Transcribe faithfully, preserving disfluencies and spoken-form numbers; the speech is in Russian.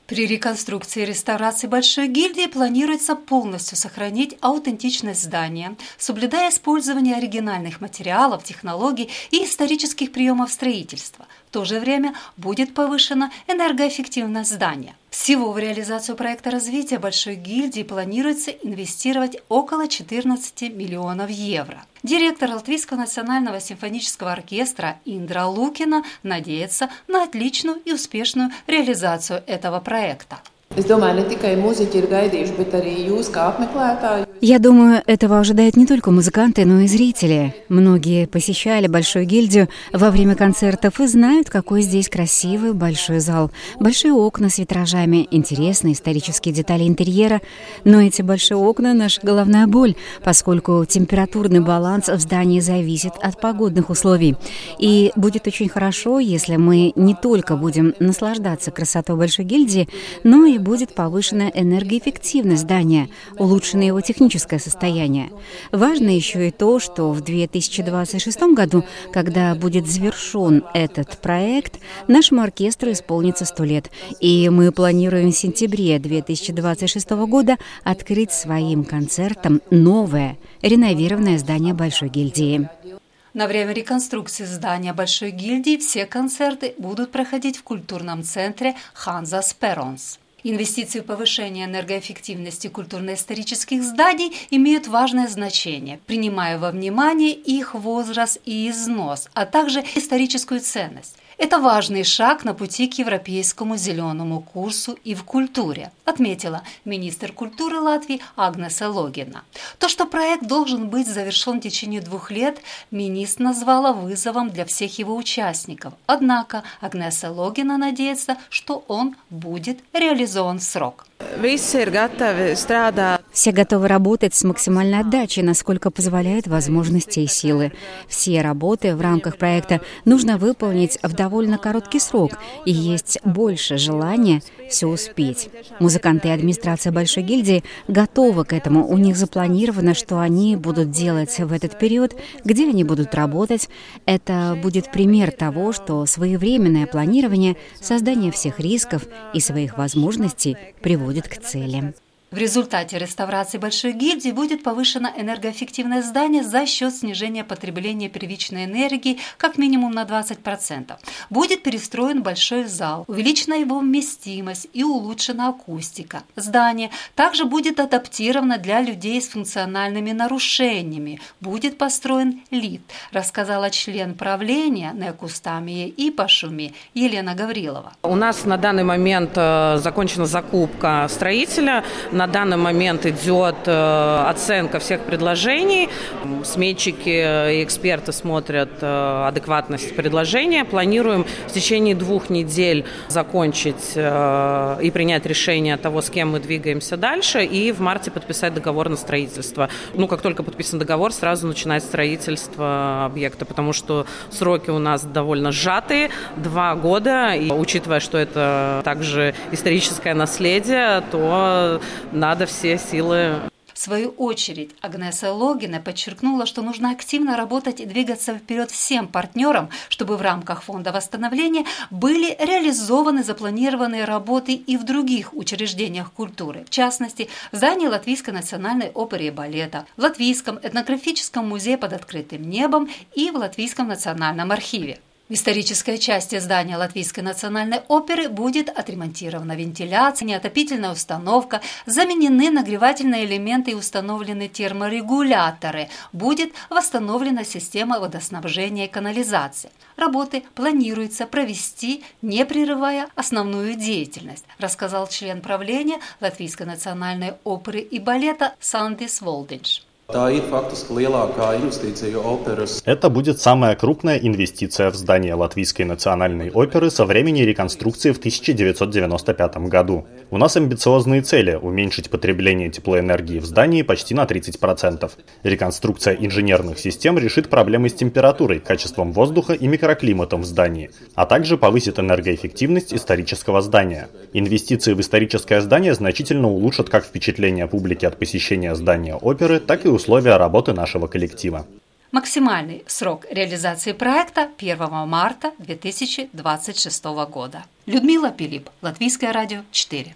При реконструкции и реставрации Большой гильдии планируется полностью сохранить аутентичность здания, соблюдая использование оригинальных материалов, технологий и исторических приемов строительства. В то же время будет повышена энергоэффективность здания. Всего в реализацию проекта развития Большой гильдии планируется инвестировать около четырнадцати миллионов евро. Директор Латвийского национального симфонического оркестра Индра Лукина надеется на отличную и успешную реализацию этого проекта. Я думаю, этого ожидают не только музыканты, но и зрители. Многие посещали Большую гильдию во время концертов и знают, какой здесь красивый большой зал. Большие окна с витражами, интересные исторические детали интерьера. Но эти большие окна – наша головная боль, поскольку температурный баланс в здании зависит от погодных условий. И будет очень хорошо, если мы не только будем наслаждаться красотой Большой гильдии, но и будет повышена энергоэффективность здания, улучшено его техническое состояние. Важно еще и то, что в две тысячи двадцать шестом году, когда будет завершен этот проект, нашему оркестру исполнится сто лет. И мы планируем в сентябре две тысячи двадцать шестого года открыть своим концертом новое, реновированное здание Большой гильдии. На время реконструкции здания Большой гильдии все концерты будут проходить в культурном центре Hansa Sperons. Инвестиции в повышение энергоэффективности культурно-исторических зданий имеют важное значение, принимая во внимание их возраст и износ, а также историческую ценность. Это важный шаг на пути к европейскому зеленому курсу и в культуре, отметила министр культуры Латвии Агнеса Логина. То, что проект должен быть завершен в течение двух лет, министр назвала вызовом для всех его участников. Однако Агнеса Логина надеется, что он будет реализован в срок. Все готовы работать с максимальной отдачей, насколько позволяют возможности и силы. Все работы в рамках проекта нужно выполнить в довольно короткий срок, и есть больше желания все успеть. Музыканты и администрация Большой гильдии готовы к этому. У них запланировано, что они будут делать в этот период, где они будут работать. Это будет пример того, что своевременное планирование, создание всех рисков и своих возможностей приводит к цели. В результате реставрации Большой гильдии будет повышена энергоэффективность здания за счет снижения потребления первичной энергии как минимум на двадцать процентов. Будет перестроен большой зал, увеличена его вместимость и улучшена акустика. Здание также будет адаптировано для людей с функциональными нарушениями. Будет построен лифт, рассказала член правления Некустамии и Пашуми Елена Гаврилова. У нас на данный момент закончена закупка строителя. На данный момент идет э, оценка всех предложений. Сметчики и эксперты смотрят э, адекватность предложения. Планируем в течение двух недель закончить э, и принять решение того, с кем мы двигаемся дальше, и в марте подписать договор на строительство. Ну, как только подписан договор, сразу начинать строительство объекта, потому что сроки у нас довольно сжатые, два года. И учитывая, что это также историческое наследие, то надо все силы. В свою очередь, Агнеса Логина подчеркнула, что нужно активно работать и двигаться вперед всем партнерам, чтобы в рамках фонда восстановления были реализованы запланированные работы и в других учреждениях культуры, в частности, в здании Латвийской национальной оперы и балета, в Латвийском этнографическом музее под открытым небом и в Латвийском национальном архиве. В исторической части здания Латвийской национальной оперы будет отремонтирована вентиляция, отопительная установка, заменены нагревательные элементы и установлены терморегуляторы. Будет восстановлена система водоснабжения и канализации. Работы планируется провести, не прерывая основную деятельность, рассказал член правления Латвийской национальной оперы и балета Сандис Волдинш. Это будет самая крупная инвестиция в здание Латвийской национальной оперы со времени реконструкции в тысяча девятьсот девяносто пятом году. У нас амбициозные цели – уменьшить потребление теплоэнергии в здании почти на тридцать процентов. Реконструкция инженерных систем решит проблемы с температурой, качеством воздуха и микроклиматом в здании, а также повысит энергоэффективность исторического здания. Инвестиции в историческое здание значительно улучшат как впечатление публики от посещения здания оперы, так и условия работы нашего коллектива. Максимальный срок реализации проекта – первого марта две тысячи двадцать шестого года. Людмила Пилип, Латвийское радио четыре.